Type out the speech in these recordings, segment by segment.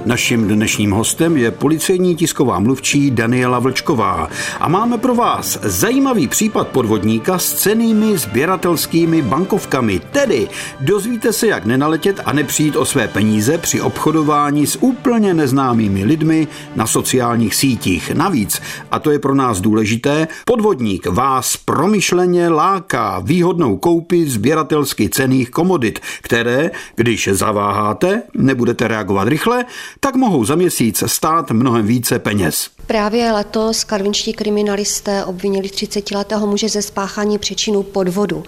Naším dnešním hostem je policejní tisková mluvčí Daniela Vlčková a máme pro vás zajímavý případ podvodníka s cennými sběratelskými bankovkami. Tedy dozvíte se, jak nenaletět a nepřijít o své peníze při obchodování s úplně neznámými lidmi na sociálních sítích. Navíc, a to je pro nás důležité, podvodník vás promyšleně láká výhodnou koupi sběratelsky cenných komodit, které, když zaváháte, nebudete reagovat rychle, tak mohou za měsíc stát mnohem více peněz. Právě letos karvinští kriminalisté obvinili 30letého muže ze spáchání přečinu podvodu.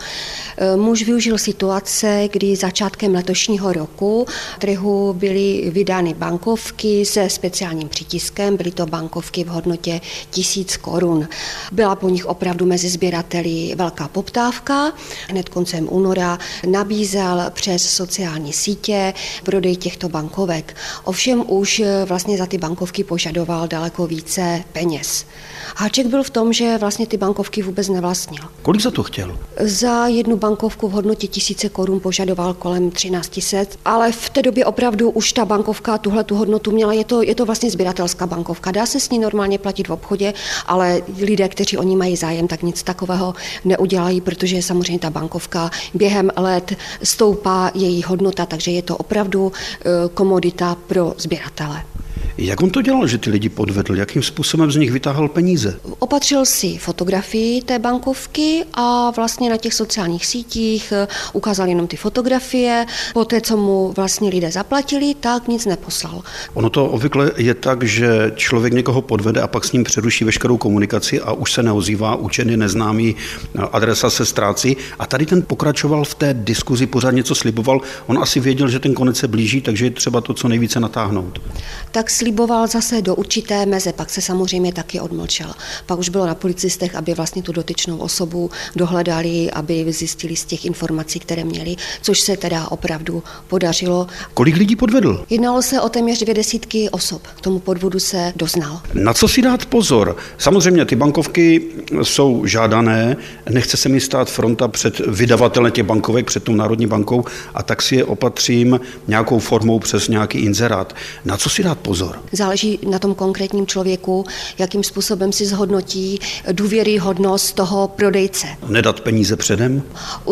Muž využil situace, kdy začátkem letošního roku v trhu byly vydány bankovky se speciálním přítiskem, byly to bankovky v hodnotě 1000 korun. Byla po nich opravdu mezi sběrateli velká poptávka. Hned koncem února nabízel přes sociální sítě prodej těchto bankovek. Ovšem už vlastně za ty bankovky požadoval daleko více peněz. Háček byl v tom, že vlastně ty bankovky vůbec nevlastnil. Kolik za to chtěl? Za jednu bankovku v hodnotě 1000 korun požadoval kolem 1300, ale v té době opravdu už ta bankovka tuhletu hodnotu měla. Je to vlastně sběratelská bankovka. Dá se s ní normálně platit v obchodě, ale lidé, kteří o ní mají zájem, tak nic takového neudělají, protože samozřejmě ta bankovka během let stoupá její hodnota, takže je to opravdu komodita pro sběratele. Jak on to dělal, že ty lidi podvedl? Jakým způsobem z nich vytáhl peníze? Opatřil si fotografii té bankovky a vlastně na těch sociálních sítích ukázal jenom ty fotografie. Poté, co mu vlastně lidé zaplatili, tak nic neposlal. Ono to obvykle je tak, že člověk někoho podvede a pak s ním přeruší veškerou komunikaci a už se neozývá, účet je neznámý, adresa se ztrácí. A tady ten pokračoval v té diskuzi, pořád něco sliboval. On asi věděl, že ten konec se blíží, takže je třeba to co nejvíce natáhnout. Tak sliboval zase do určité meze, pak se samozřejmě taky odmlčel. Pak už bylo na policistech, aby vlastně tu dotyčnou osobu dohledali, aby zjistili z těch informací, které měli, což se teda opravdu podařilo. Kolik lidí podvedl? Jednalo se o téměř 200 osob. K tomu podvodu se doznal. Na co si dát pozor? Samozřejmě ty bankovky jsou žádané, nechce se mi stát fronta před vydavatelem těch bankovek, před tou Národní bankou, a tak si je opatřím nějakou formou přes nějaký inzerát. Na co si dát pozor? Záleží na tom konkrétním člověku, jakým způsobem si zhodnotí důvěryhodnost toho prodejce. Nedat peníze předem?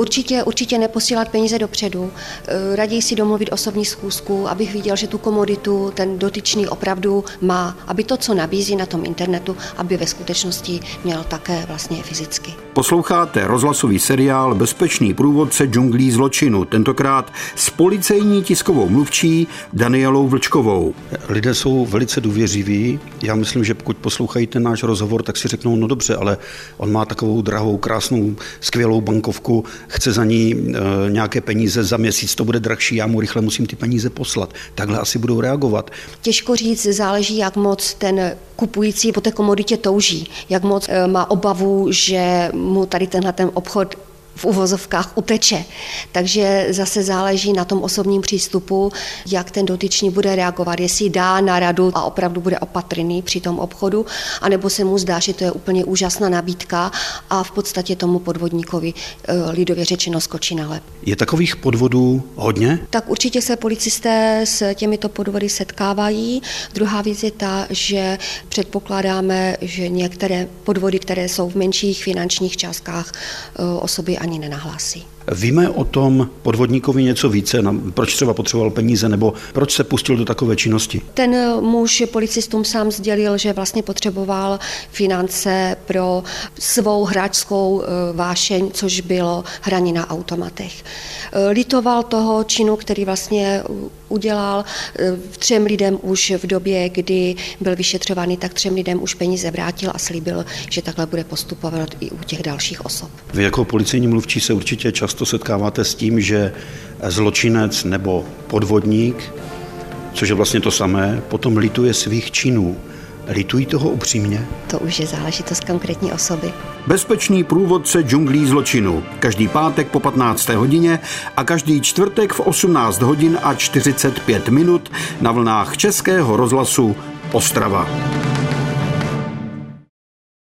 Určitě neposílat peníze dopředu. Raději si domluvit osobní schůzku, abych viděl, že tu komoditu ten dotyčný opravdu má, aby to, co nabízí na tom internetu, aby ve skutečnosti měl také vlastně fyzicky. Posloucháte rozhlasový seriál Bezpečný průvodce džunglí zločinu, tentokrát s policejní tiskovou mluvčí Danielou Vlčkovou. Lidé jsou velice důvěřiví. Já myslím, že pokud poslouchají ten náš rozhovor, tak si řeknou, no dobře, ale on má takovou drahou, krásnou, skvělou bankovku, chce za ní nějaké peníze, za měsíc to bude drahší, já mu rychle musím ty peníze poslat. Takhle asi budou reagovat. Těžko říct, záleží, jak moc ten kupující po té komoditě touží, jak moc má obavu, že mu tady tenhle ten obchod v uvozovkách uteče. Takže zase záleží na tom osobním přístupu, jak ten dotyčný bude reagovat, jestli dá na radu a opravdu bude opatrný při tom obchodu, anebo se mu zdá, že to je úplně úžasná nabídka a v podstatě tomu podvodníkovi lidově řečeno skočí na lep. Je takových podvodů hodně? Tak určitě se policisté s těmito podvody setkávají. Druhá věc je ta, že předpokládáme, že některé podvody, které jsou v menších finančních částkách, osoby ani nenahlásí. Víme o tom podvodníkovi něco více, proč třeba potřeboval peníze nebo proč se pustil do takové činnosti? Ten muž policistům sám sdělil, že vlastně potřeboval finance pro svou hráčskou vášeň, což bylo hraní na automatech. Litoval toho činu, který vlastně udělal 3 lidem už v době, kdy byl vyšetřovaný, tak 3 lidem už peníze vrátil a slíbil, že takhle bude postupovat i u těch dalších osob. Vy jako policejní mluvčí se určitě často setkáváte s tím, že zločinec nebo podvodník, což je vlastně to samé, potom lituje svých činů. Litují toho upřímně? To už je záležitost konkrétní osoby. Bezpečný průvodce džunglí zločinu. Každý pátek po 15. hodině a každý čtvrtek v 18 hodin a 45 minut na vlnách Českého rozhlasu Ostrava.